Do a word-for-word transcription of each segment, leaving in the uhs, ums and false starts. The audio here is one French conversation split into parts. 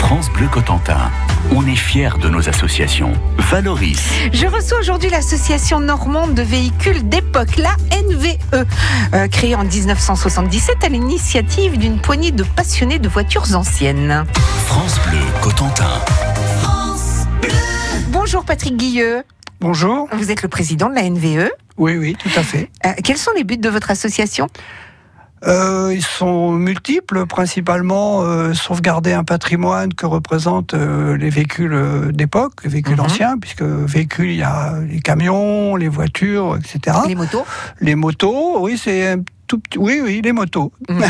France Bleu Cotentin. On est fiers de nos associations. Valoris. Je reçois aujourd'hui l'association normande de véhicules d'époque, la N V E, euh, créée en dix-neuf cent soixante-dix-sept à l'initiative d'une poignée de passionnés de voitures anciennes. France Bleu Cotentin. France Bleu. Bonjour Patrick Guilleux. Bonjour. Vous êtes le président de la N V E. Oui, oui, tout à fait. Euh, quels sont les buts de votre association ? Euh, ils sont multiples, principalement euh, sauvegarder un patrimoine que représentent euh, les véhicules euh, d'époque, les véhicules Mhm. anciens, puisque véhicules, il y a les camions, les voitures, et cetera. Les motos ? Les motos, oui, c'est un tout petit... Oui, oui, les motos, Mhm.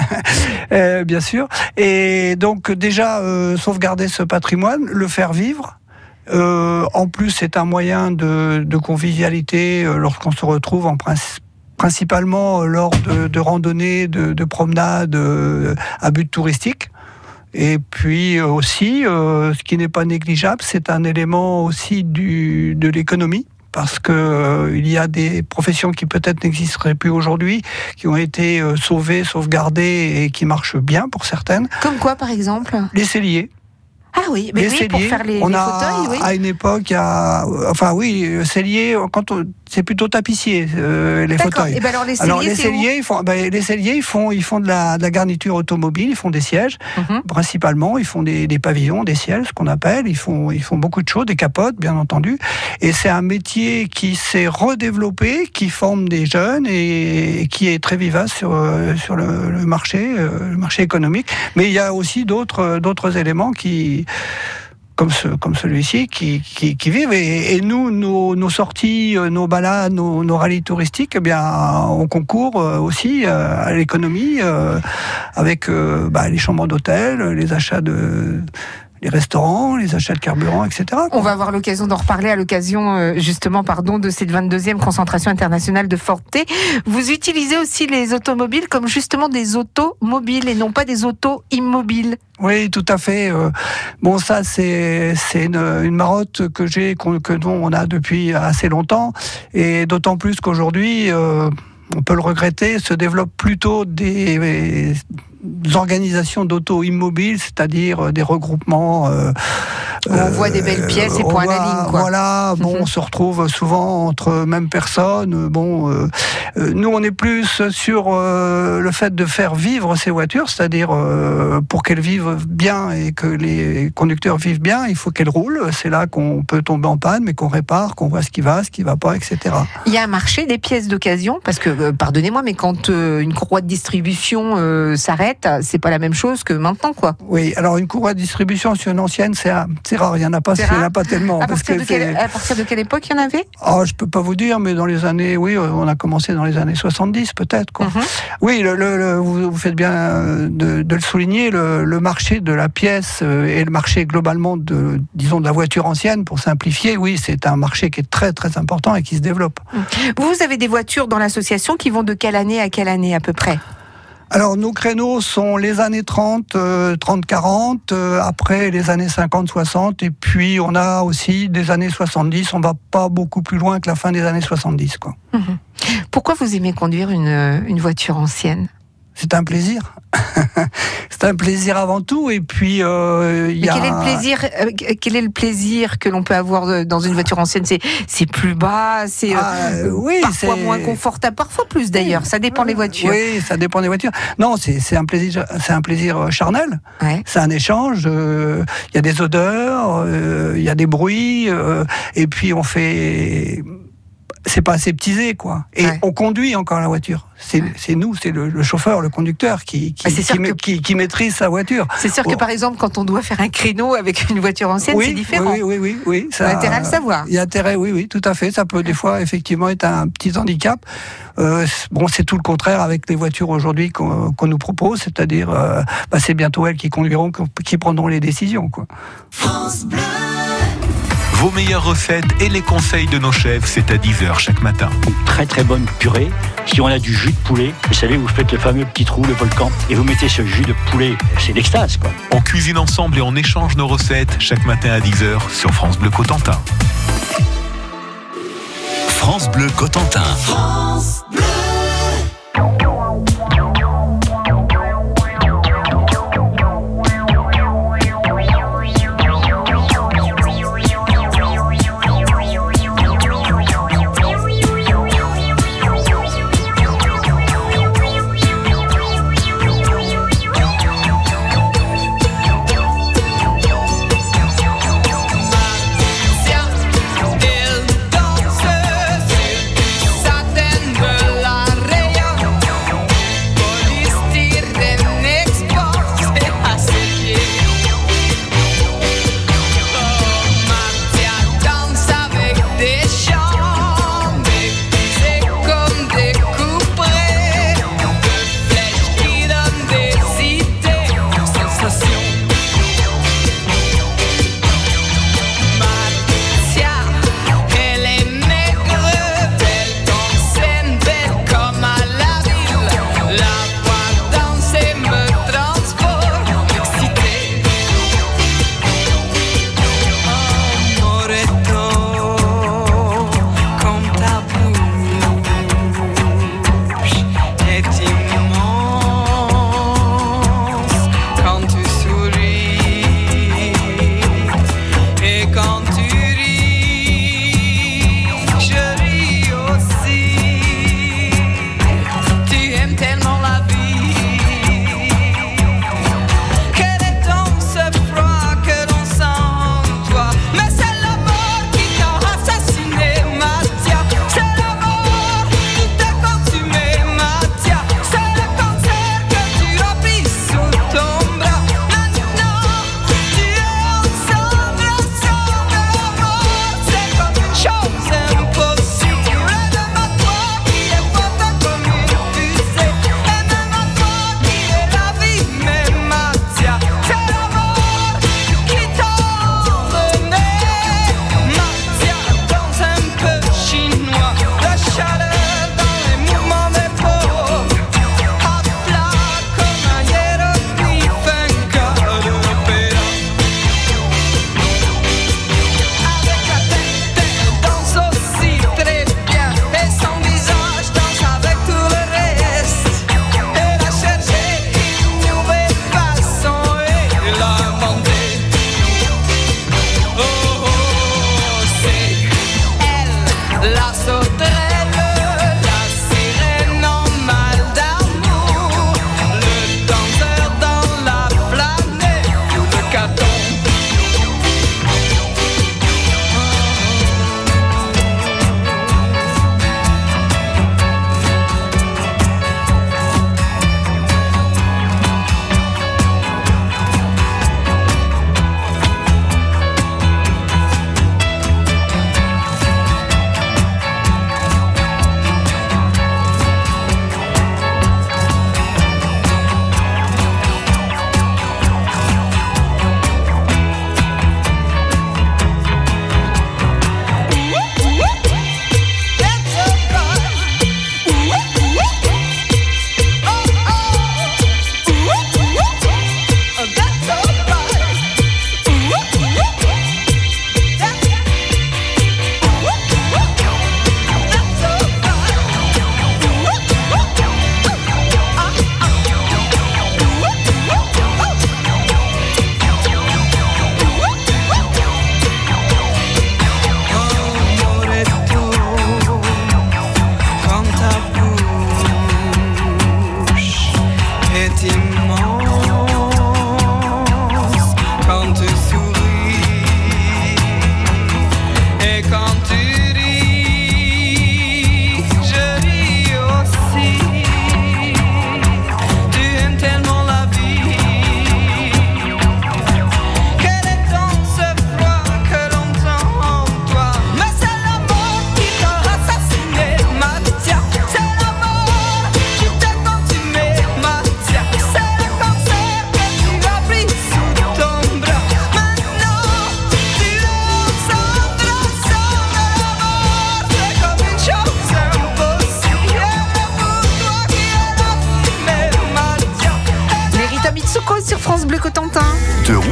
euh, bien sûr. Et donc déjà, euh, sauvegarder ce patrimoine, le faire vivre. Euh, en plus, c'est un moyen de, de convivialité euh, lorsqu'on se retrouve en principe principalement lors de, de randonnées, de, de promenades euh, à but touristique. Et puis aussi, euh, ce qui n'est pas négligeable, c'est un élément aussi du, de l'économie, parce que euh, il y a des professions qui peut-être n'existeraient plus aujourd'hui, qui ont été euh, sauvées, sauvegardées et qui marchent bien pour certaines. Comme quoi, par exemple ? Les selliers. Ah oui, mais Les oui, selliers, pour faire les, on les a, fauteuils, oui. à une époque, il y a, enfin oui, sellier, quand on, c'est plutôt tapissier, euh, les D'accord. fauteuils. Et ben alors les selliers, Alors les c'est selliers, ils font, ben, les selliers, ils font, ils font de la, de la garniture automobile, ils font des sièges, où Mhm. principalement, ils font des, des pavillons, des sièges, ce qu'on appelle, ils font, ils font beaucoup de choses, des capotes, bien entendu. Et c'est un métier qui s'est redéveloppé, qui forme des jeunes et, et qui est très vivace sur, euh, sur le, le marché, euh, le marché économique. Mais il y a aussi d'autres, d'autres éléments qui Comme, ce, comme celui-ci, qui, qui, qui vivent. Et, et nous, nos, nos sorties, nos balades, nos, nos rallyes touristiques, eh bien, on concourt aussi à l'économie euh, avec euh, bah, les chambres d'hôtel, les achats de... les restaurants, les achats de carburant, et cetera. On va avoir l'occasion d'en reparler à l'occasion, euh, justement, pardon, de cette vingt-deuxième concentration internationale de Forte. Vous utilisez aussi les automobiles comme justement des automobiles et non pas des autos immobiles. Oui, tout à fait. Euh, bon, ça, c'est c'est une, une marotte que j'ai, qu'on, que dont on a depuis assez longtemps, et d'autant plus qu'aujourd'hui, euh, on peut le regretter, se développent plutôt des, des organisations d'auto immobiles, c'est-à-dire des regroupements. Euh, On euh, voit des belles pièces et point à la ligne, quoi. Voilà, bon, mm-hmm. on se retrouve souvent entre mêmes personnes. Bon, euh, euh, nous, on est plus sur euh, le fait de faire vivre ces voitures, c'est-à-dire euh, pour qu'elles vivent bien et que les conducteurs vivent bien, il faut qu'elles roulent. C'est là qu'on peut tomber en panne, mais qu'on répare, qu'on voit ce qui va, ce qui va pas, et cetera. Il y a un marché des pièces d'occasion, parce que, euh, pardonnez-moi, mais quand euh, une courroie de distribution euh, s'arrête, c'est pas la même chose que maintenant, quoi. Oui, alors une courroie de distribution sur une ancienne, c'est un C'est rare, il n'y en a pas, il y en a pas tellement. À parce partir, que de quelle, à partir de quelle époque il y en avait ? Oh, je peux pas vous dire, mais dans les années, oui, on a commencé dans les années soixante-dix peut-être. Quoi. Mm-hmm. Oui, le, le, le, vous, vous faites bien de, de le souligner, le, le marché de la pièce et le marché globalement de, disons, de la voiture ancienne, pour simplifier, oui, c'est un marché qui est très très important et qui se développe. Vous avez des voitures dans l'association qui vont de quelle année à quelle année à peu près ? Alors, nos créneaux sont les années trente, trente quarante, euh, après les années cinquante soixante, et puis on a aussi des années soixante-dix, on va pas beaucoup plus loin que la fin des années soixante-dix, quoi. Mmh. Pourquoi vous aimez conduire une, une voiture ancienne ? C'est un plaisir. C'est un plaisir avant tout. Et puis, euh, y Mais a... quel est le plaisir euh, Quel est le plaisir que l'on peut avoir dans une voiture ancienne ? C'est, c'est plus bas, c'est ah, euh, oui, parfois c'est... moins confortable, parfois plus d'ailleurs. Ça dépend des voitures. Oui, ça dépend des voitures. Non, c'est, c'est un plaisir, c'est un plaisir charnel. Ouais. C'est un échange. Il euh, y a des odeurs, il euh, y a des bruits, euh, et puis on fait. C'est pas aseptisé, quoi. Et ouais. on conduit encore la voiture. C'est, ouais. c'est nous, c'est le, le chauffeur, le conducteur qui qui, qui, que... qui qui maîtrise sa voiture. C'est sûr oh. que par exemple, quand on doit faire un créneau avec une voiture ancienne, oui, c'est différent. Oui, oui, oui, oui. Ça, il y a intérêt à le savoir. Il y a intérêt, oui, oui, tout à fait. Ça peut des fois effectivement être un petit handicap. Euh, bon, c'est tout le contraire avec les voitures aujourd'hui qu'on, qu'on nous propose, c'est-à-dire, euh, bah, c'est bientôt elles qui conduiront, qui prendront les décisions, quoi. France Bleu. Vos meilleures recettes et les conseils de nos chefs, c'est à dix heures chaque matin. Une très très bonne purée. Si on a du jus de poulet, vous savez, vous faites le fameux petit trou, le volcan, et vous mettez ce jus de poulet, c'est l'extase, quoi. On cuisine ensemble et on échange nos recettes chaque matin à dix heures sur France Bleu Cotentin. France Bleu Cotentin. France Bleu.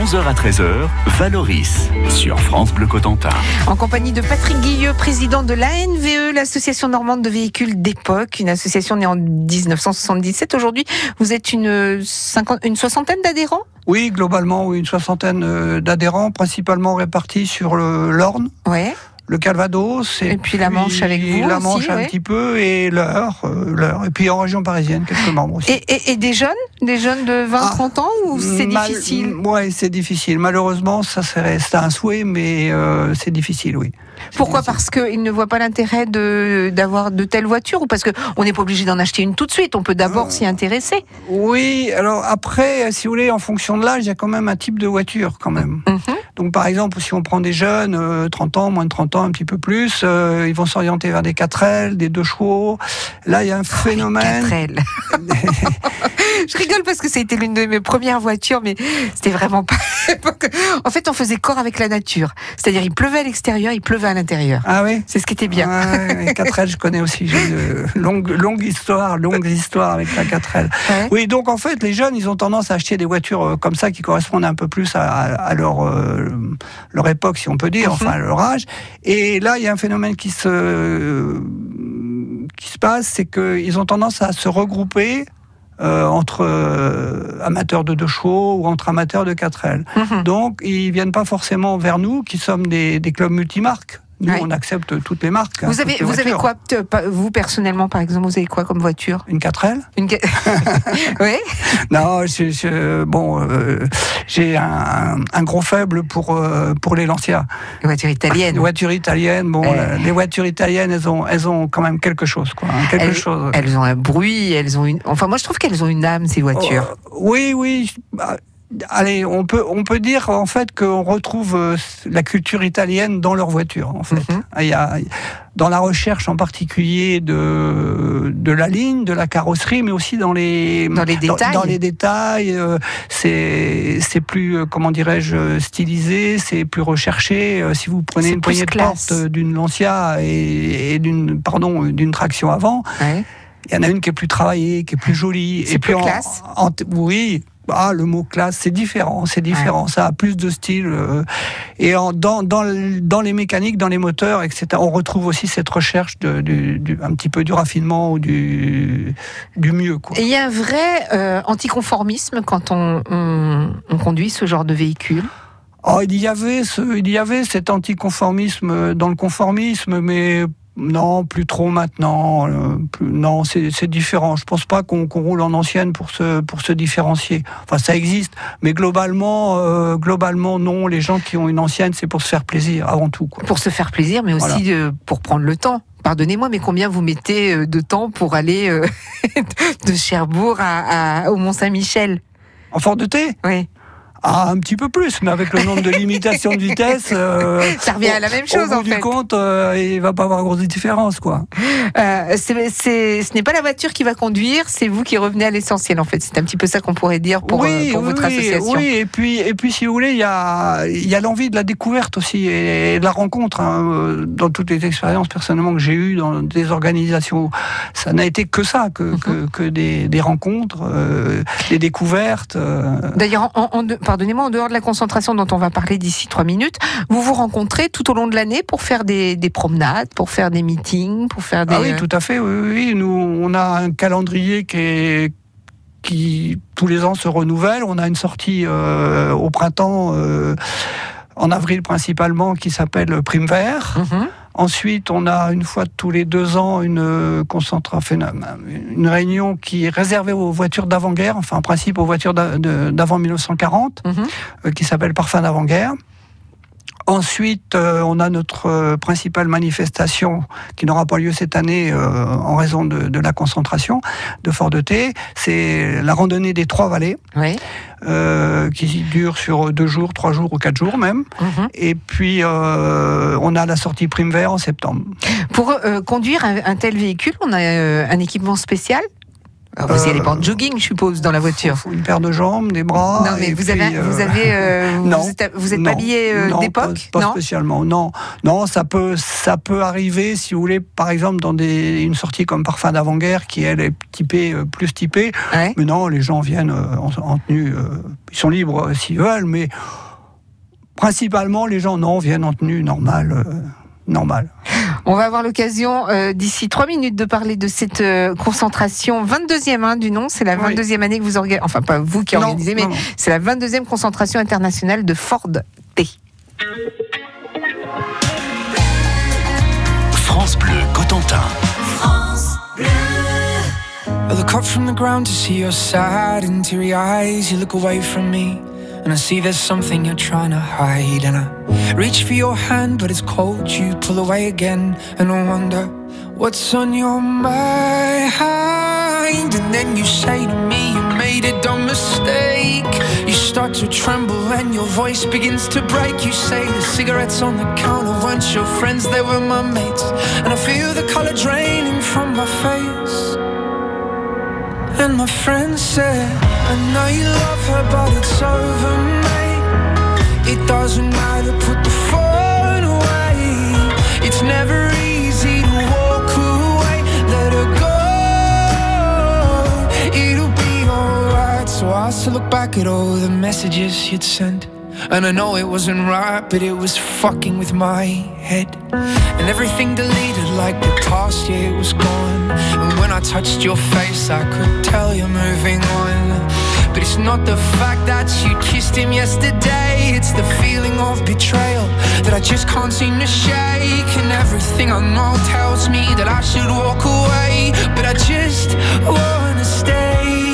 onze heures à treize heures, Valoris, sur France Bleu Cotentin. En compagnie de Patrick Guilleux, président de l'A N V E, l'association normande de véhicules d'époque, une association née en dix-neuf cent soixante-dix-sept. Aujourd'hui, vous êtes une, cinquante, une soixantaine d'adhérents ? Oui, globalement, oui, une soixantaine d'adhérents, principalement répartis sur le, l'Orne. Ouais. Le Calvados, et, et puis la Manche avec vous la aussi, Manche un ouais. petit peu, et l'Eure, euh, l'Eure, et puis en région parisienne, quelques membres aussi. Et, et, et des jeunes Des jeunes de vingt à trente ans, ou c'est Mal, difficile ? Oui, c'est difficile. Malheureusement, ça c'est, c'est un souhait, mais euh, c'est difficile, oui. C'est Pourquoi ? difficile. Parce qu'ils ne voient pas l'intérêt de, d'avoir de telles voitures, ou parce qu'on n'est pas obligé d'en acheter une tout de suite, on peut d'abord euh, s'y intéresser ? Oui, alors après, si vous voulez, en fonction de l'âge, il y a quand même un type de voiture, quand même. Mm-hmm. Donc par exemple, si on prend des jeunes, euh, trente ans, moins de trente ans, un petit peu plus, euh, ils vont s'orienter vers des quatre L, des deux chevaux. Là, il y a un phénomène... quatre L. Je rigole parce que c'était l'une de mes premières voitures, mais c'était vraiment pas... En fait, on faisait corps avec la nature. C'est-à-dire, il pleuvait à l'extérieur, il pleuvait à l'intérieur. Ah oui ? C'est ce qui était bien. Ouais, quatre L, je connais aussi. J'ai une longue, longue histoire, longue histoire avec la quatre L. Ouais. Oui, donc en fait, les jeunes, ils ont tendance à acheter des voitures comme ça qui correspondent un peu plus à, à leur, euh, leur époque, si on peut dire, enfin, à leur âge. Et là, il y a un phénomène qui se, qui se passe, c'est qu'ils ont tendance à se regrouper Euh, entre euh, amateurs de deux chevaux ou entre amateurs de quatre L. Mmh. Donc, ils viennent pas forcément vers nous, qui sommes des, des clubs multimarques. Nous, ouais. on accepte toutes les marques. Vous, hein, avez, vous avez quoi, vous personnellement, par exemple, vous avez quoi comme voiture ? Une quatre L. Une Oui. Non, je, je, bon, euh, j'ai un, un gros faible pour euh, pour les Lancia. Les voitures italiennes. Les voitures italiennes. Bon, euh... les voitures italiennes, elles ont elles ont quand même quelque chose, quoi. Hein, quelque elles, chose. Elles ont un bruit. Elles ont une. Enfin, moi, je trouve qu'elles ont une âme, ces voitures. Oh, oui, oui. Bah, Allez, on peut on peut dire en fait qu'on retrouve la culture italienne dans leur voiture. En fait, mm-hmm. il y a dans la recherche en particulier de de la ligne, de la carrosserie, mais aussi dans les dans les détails. Dans, dans les détails, euh, c'est c'est plus comment dirais-je stylisé, c'est plus recherché. Euh, si vous prenez c'est une poignée classe. de porte d'une Lancia et, et d'une pardon d'une traction avant, ouais. il y en a une qui est plus travaillée, qui est plus jolie. C'est et plus puis classe. En, en, oui. Ah, le mot classe, c'est différent, c'est différent. Ouais. Ça a plus de style. Euh, et en, dans, dans, dans les mécaniques, dans les moteurs, et cetera, on retrouve aussi cette recherche de, du, du, un petit peu du raffinement ou du, du mieux, quoi. Et il y a un vrai euh, anticonformisme quand on, on, on conduit ce genre de véhicule. Oh, il y avait ce, il y avait cet anticonformisme dans le conformisme, mais non, plus trop maintenant. Euh, plus, non, c'est, c'est différent. Je pense pas qu'on, qu'on roule en ancienne pour se, pour se différencier. Enfin, ça existe, mais globalement, euh, globalement, non. Les gens qui ont une ancienne, c'est pour se faire plaisir avant tout, quoi. Pour se faire plaisir, mais aussi voilà. euh, pour prendre le temps. Pardonnez-moi, mais combien vous mettez de temps pour aller euh, de Cherbourg à, à, au Mont-Saint-Michel ? En Ford T ? Oui. Ah, un petit peu plus, mais avec le nombre de limitations de vitesse, euh, ça revient à la même chose, au bout en du fait. compte, euh, il va pas avoir grosse différence, quoi. Euh, c'est, c'est, ce n'est pas la voiture qui va conduire, c'est vous qui revenez à l'essentiel, en fait. C'est un petit peu ça qu'on pourrait dire pour, oui, euh, pour oui, votre association. Oui, et puis, et puis, si vous voulez, il y a, il y a l'envie de la découverte aussi et de la rencontre. Hein, dans toutes les expériences personnellement que j'ai eues dans des organisations, ça n'a été que ça, que, mm-hmm. que, que des, des rencontres, euh, des découvertes. Euh... D'ailleurs, en, en, pardonnez-moi, en dehors de la concentration dont on va parler d'ici trois minutes, vous vous rencontrez tout au long de l'année pour faire des, des promenades, pour faire des meetings, pour faire des... Ah oui, tout à fait, oui, oui. Nous, on a un calendrier qui est qui tous les ans se renouvelle. On a une sortie euh, au printemps, euh, en avril principalement, qui s'appelle Prime Vert. Mm-hmm. Ensuite, on a une fois tous les deux ans une concentration, une réunion qui est réservée aux voitures d'avant-guerre, enfin en principe aux voitures d'avant dix-neuf cent quarante, mm-hmm. qui s'appelle Parfum d'avant-guerre. Ensuite, euh, on a notre euh, principale manifestation qui n'aura pas lieu cette année euh, en raison de, de la concentration de Ford T. C'est la randonnée des Trois Vallées, oui. euh, qui dure sur deux jours, trois jours ou quatre jours même. Mm-hmm. Et puis, euh, on a la sortie Prime Vert en septembre. Pour euh, conduire un, un tel véhicule, on a euh, un équipement spécial ? Alors, vous y allez Euh, pas en jogging, je suppose, dans la voiture. Il faut une paire de jambes, des bras. Non, mais et vous puis, avez, euh, vous avez, euh, non, vous êtes, vous êtes non, pas habillé euh, non, d'époque, pas, pas non spécialement. Non, non, ça peut, ça peut arriver, si vous voulez, par exemple dans des, une sortie comme Parfum d'avant-guerre, qui elle est typée, euh, plus typée. Ouais. Mais non, les gens viennent euh, en, en tenue, euh, ils sont libres euh, s'ils veulent, mais principalement les gens non viennent en tenue normale. Euh, normale. On va avoir l'occasion euh, d'ici trois minutes de parler de cette euh, concentration vingt-deuxième hein, du nom. C'est la vingt-deuxième oui. année que vous organisez, enfin pas vous qui non, organisez, mais non, non. c'est la vingt-deuxième concentration internationale de Ford T. France Bleu Cotentin. France Bleu. I look up from the ground to see your sad and teary eyes. You look away from me and I see there's something you're trying to hide. And I reach for your hand but it's cold. You pull away again and I wonder what's on your mind. And then you say to me you made a dumb mistake. You start to tremble and your voice begins to break. You say the cigarettes on the counter weren't your friends, they were my mates. And I feel the colour draining from my face. And my friend said, I know you love her but it's over, mate. It doesn't matter, put the phone away. It's never easy to walk away. Let her go, it'll be alright. So I still look back at all the messages you'd sent. And I know it wasn't right, but it was fucking with my head. And everything deleted like the past, yeah, it was gone. And when I touched your face, I could tell you're moving on. But it's not the fact that you kissed him yesterday. It's the feeling of betrayal that I just can't seem to shake. And everything I know tells me that I should walk away, but I just wanna stay.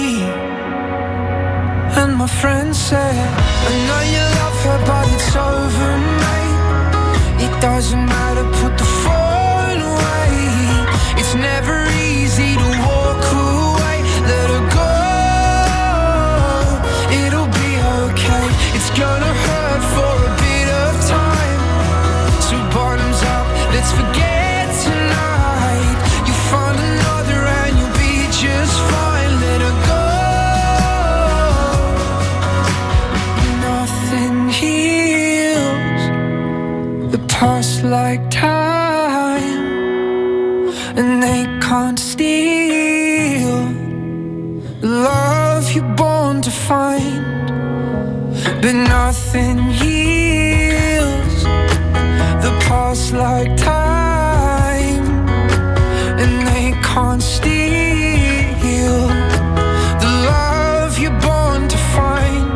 And my friend said, I know you love her but it's over, mate. It doesn't matter, put the phone away. It's never easy to walk away. Let her go, it'll be okay. It's gonna hurt for a bit of time. So bottoms up, let's forget tonight. You'll find another and you'll be just fine. Let her go. Past like time, and they can't steal the love you're born to find. But nothing heals the past like time, and they can't steal the love you're born to find.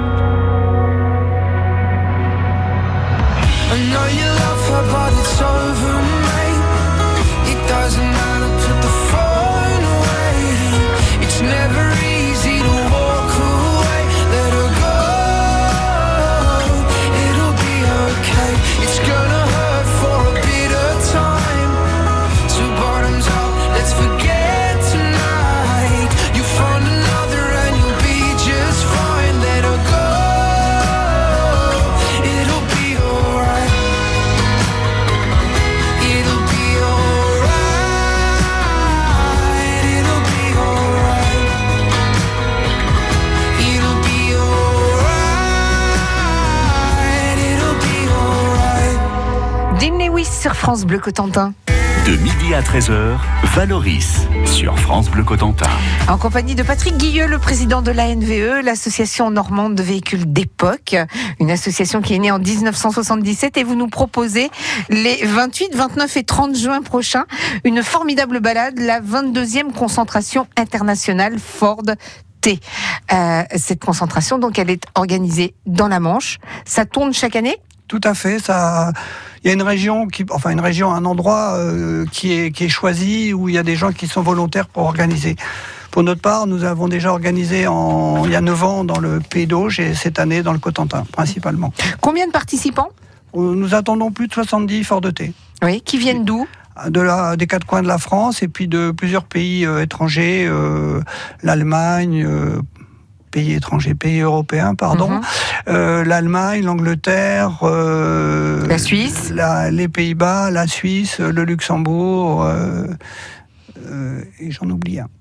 I know you love her but it's over, mate. It doesn't matter, put the phone away. It's never easy to walk away. Let her go, it'll be okay. It's gonna hurt for a bit of time. So bottoms up, let's forget tonight. You find another and you'll be just fine. Let her go. Sur France Bleu Cotentin. De midi à treize heures, Valoris sur France Bleu Cotentin. En compagnie de Patrick Guilleux, le président de l'A N V E, l'association normande de véhicules d'époque, une association qui est née en dix-neuf cent soixante-dix-sept, et vous nous proposez les vingt-huit, vingt-neuf et trente juin prochains une formidable balade, la vingt-deuxième concentration internationale Ford T. Euh, cette concentration, donc, elle est organisée dans la Manche. Ça tourne chaque année ? Tout à fait, ça. Il y a une région, qui, enfin une région, un endroit euh, qui est qui est choisi où il y a des gens qui sont volontaires pour organiser. Pour notre part, nous avons déjà organisé en, il y a neuf ans dans le Pays d'Auge et cette année dans le Cotentin, principalement. Combien de participants ? Nous attendons plus de soixante-dix Ford T. Oui, qui viennent d'où ? De la, des quatre coins de la France et puis de plusieurs pays euh, étrangers, euh, l'Allemagne. Euh, pays étrangers, pays européens, pardon, mm-hmm. euh, l'Allemagne, l'Angleterre, euh, la Suisse, la, les Pays-Bas, la Suisse, le Luxembourg, euh, euh, et j'en oublie un.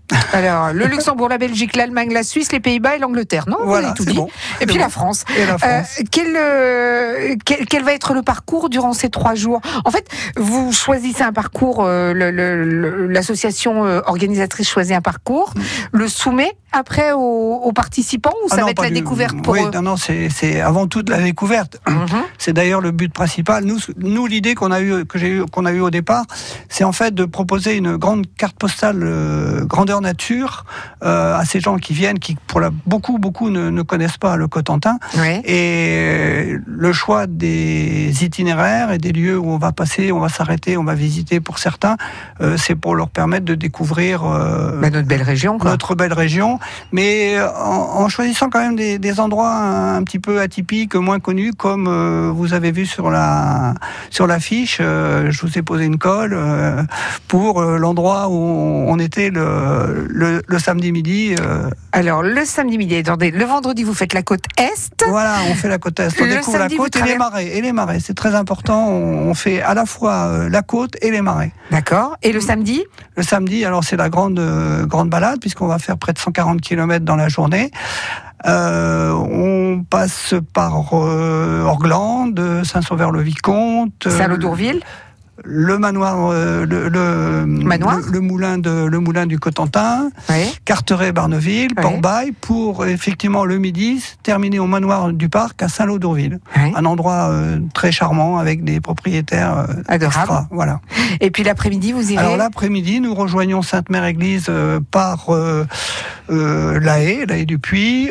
Alors, le Luxembourg, la Belgique, l'Allemagne, la Suisse, les Pays-Bas et l'Angleterre. Non, voilà, vous avez tout c'est dit. bon. Et puis bon. la France. Et la France. Euh, quel, euh, quel, quel va être le parcours durant ces trois jours? En fait, vous choisissez un parcours, euh, le, le, le, l'association euh, organisatrice choisit un parcours, mmh. le soumet après aux, aux participants ou ça ah non, va être la du... découverte pour oui, eux? Non, non, c'est, c'est avant tout de la découverte. Mmh. C'est d'ailleurs le but principal. Nous, nous l'idée qu'on a eu, que j'ai eu, qu'on a eu au départ, c'est en fait de proposer une grande carte postale euh, grandeur nature euh, à ces gens qui viennent, qui pour la, beaucoup, beaucoup ne, ne connaissent pas le Cotentin. Oui. Et le choix des itinéraires et des lieux où on va passer, on va s'arrêter, on va visiter pour certains, euh, c'est pour leur permettre de découvrir euh, bah, notre belle région, quoi. Notre belle région, mais en, en choisissant quand même des, des endroits un, un petit peu atypiques, moins connus, comme euh, vous avez vu sur la sur l'affiche. Euh, je vous ai posé une colle euh, pour euh, l'endroit où on était le, le, le samedi midi. Euh. Alors, le samedi midi, attendez, le vendredi, vous faites la côte Est. Voilà, on fait la côte Est. On le découvre samedi, la côte et travers... les marais. Et les marais, c'est très important. On, on fait à la fois euh, la côte et les marais. D'accord. Et le samedi ? Le samedi, alors c'est la grande, euh, grande balade, puisqu'on va faire près de cent quarante kilomètres dans la journée. Euh, on passe par euh, Orglandes, Saint-Sauveur-le-Vicomte, Saint-Lô-d'Ourville. Le manoir, euh, le, le, manoir le, le moulin de, le moulin du Cotentin, oui. Carteret-Barneville, oui. Port-Bail, pour effectivement le midi terminer au manoir du parc à Saint-Lô-d'Ourville, oui. un endroit euh, très charmant avec des propriétaires euh, adorables. Extra, voilà. Et puis l'après-midi, vous irez. Alors l'après-midi, nous rejoignons Sainte-Mère-Église euh, par euh, euh, La Haye, La Haye du Puy,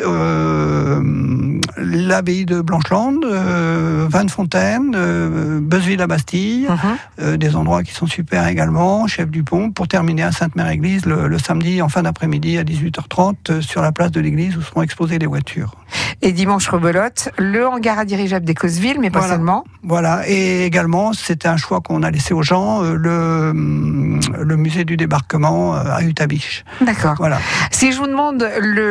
euh, l'abbaye de Blancheland, euh, Vannefontaine, euh, Beuzeville-la-Bastille. Uh-huh. Euh, des endroits qui sont super également, Chef du Pont, pour terminer à Sainte-Mère-Église le, le samedi en fin d'après-midi à dix-huit heures trente euh, sur la place de l'église où seront exposées les voitures. Et dimanche rebelote, le hangar à dirigeable des Cosseville, mais pas voilà. seulement. Voilà, et également, c'était un choix qu'on a laissé aux gens, euh, le, le musée du débarquement euh, à Utabiche. D'accord. Voilà. Si je vous demande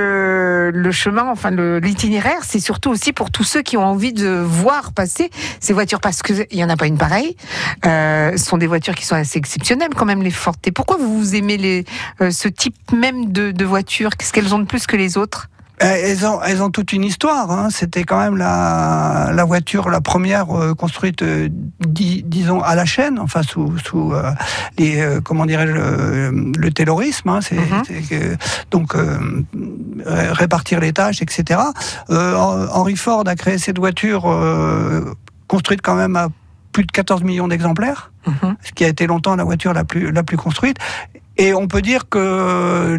le, le chemin, enfin le, l'itinéraire, c'est surtout aussi pour tous ceux qui ont envie de voir passer ces voitures, parce qu'il n'y en a pas une pareille. Euh, ce sont des voitures qui sont assez exceptionnelles quand même, les Forte. Pourquoi vous aimez les, euh, ce type même de, de voitures? Qu'est-ce qu'elles ont de plus que les autres? Elles ont, elles ont toute une histoire. Hein. C'était quand même la, la voiture, la première euh, construite, euh, dis, disons, à la chaîne, enfin sous, sous euh, les, euh, comment dirais-je, le, le taylorisme. Hein. C'est, mm-hmm. c'est, euh, donc euh, répartir les tâches, et cetera. Euh, Henry Ford a créé cette voiture euh, construite quand même à plus de quatorze millions d'exemplaires, mm-hmm. ce qui a été longtemps la voiture la plus, la plus construite. Et on peut dire que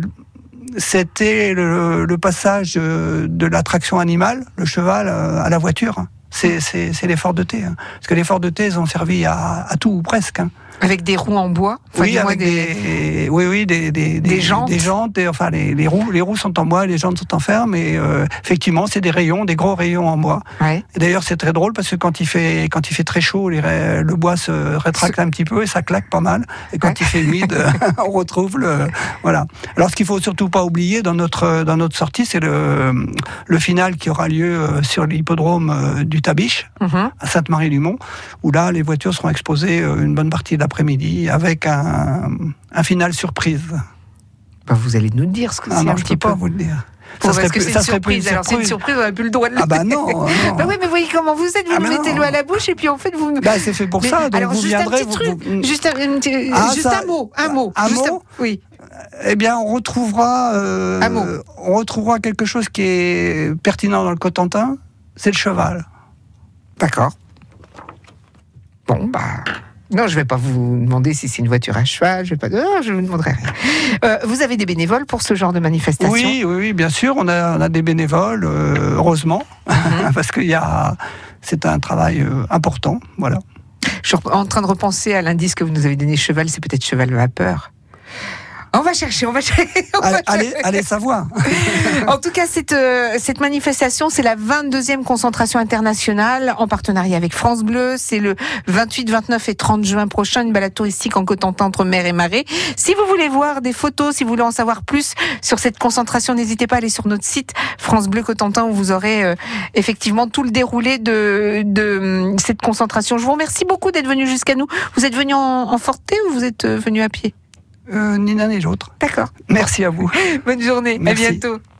c'était le, le passage de la traction animale, le cheval, à la voiture. C'est, c'est, c'est les Forte T. Hein. Parce que les Forte T, ils ont servi à, à tout ou presque. Hein. Avec des roues en bois, enfin, oui, avec des... des, oui, oui, des, des, des, des jantes, des jantes. Et, enfin, les, les roues, les roues sont en bois, les jantes sont en fer, mais euh, effectivement, c'est des rayons, des gros rayons en bois. Ouais. Et d'ailleurs, c'est très drôle parce que quand il fait, quand il fait très chaud, les, le bois se rétracte un petit peu et ça claque pas mal. Et quand ouais. il fait humide, on retrouve le, voilà. Alors, ce qu'il faut surtout pas oublier dans notre, dans notre sortie, c'est le, le final qui aura lieu sur l'hippodrome du Tabiche, mm-hmm. à Sainte-Marie-du-Mont, où là, les voitures seront exposées une bonne partie de l'après-midi avec un, un final surprise. Bah vous allez nous dire ce que ah c'est non, un je petit peux peu. pas vous le dire. Bon, ça parce que c'est ça une surprise. Une alors c'est une surprise, on n'a plus le droit de le Ah bah non, non. Bah oui, mais voyez comment vous êtes, vous ah nous mettez non. l'eau à la bouche et puis en fait vous... Bah c'est fait pour mais, ça, donc alors, vous juste viendrez... un petit vous, truc, vous... juste, un, un, ah, juste ça, un mot, un mot. Un juste mot un, Oui. Eh bien, on retrouvera... Euh, un mot. On retrouvera quelque chose qui est pertinent dans le Cotentin, c'est le cheval. D'accord. Bon, bah... Non, je ne vais pas vous demander si c'est une voiture à cheval, je vais pas... non, je ne vous demanderai rien. Euh, vous avez des bénévoles pour ce genre de manifestation ? Oui, oui, oui, bien sûr, on a, on a des bénévoles, euh, heureusement, mm-hmm. parce que y a, c'est un travail euh, important, voilà. Je suis en train de repenser à l'indice que vous nous avez donné, cheval, c'est peut-être cheval vapeur. On va chercher, on va chercher. On allez, va chercher. allez, allez savoir. En tout cas, cette, euh, cette manifestation, c'est la vingt-deuxième concentration internationale en partenariat avec France Bleu. C'est le vingt-huit, vingt-neuf et trente juin prochain, une balade touristique en Cotentin entre mer et marais. Si vous voulez voir des photos, si vous voulez en savoir plus sur cette concentration, n'hésitez pas à aller sur notre site France Bleu Cotentin où vous aurez euh, effectivement tout le déroulé de, de cette concentration. Je vous remercie beaucoup d'être venu jusqu'à nous. Vous êtes venu en, en Forte ou vous êtes venu à pied ? euh, Ni l'un ni l'autre. D'accord. Merci à vous. Bonne journée. Merci. À bientôt.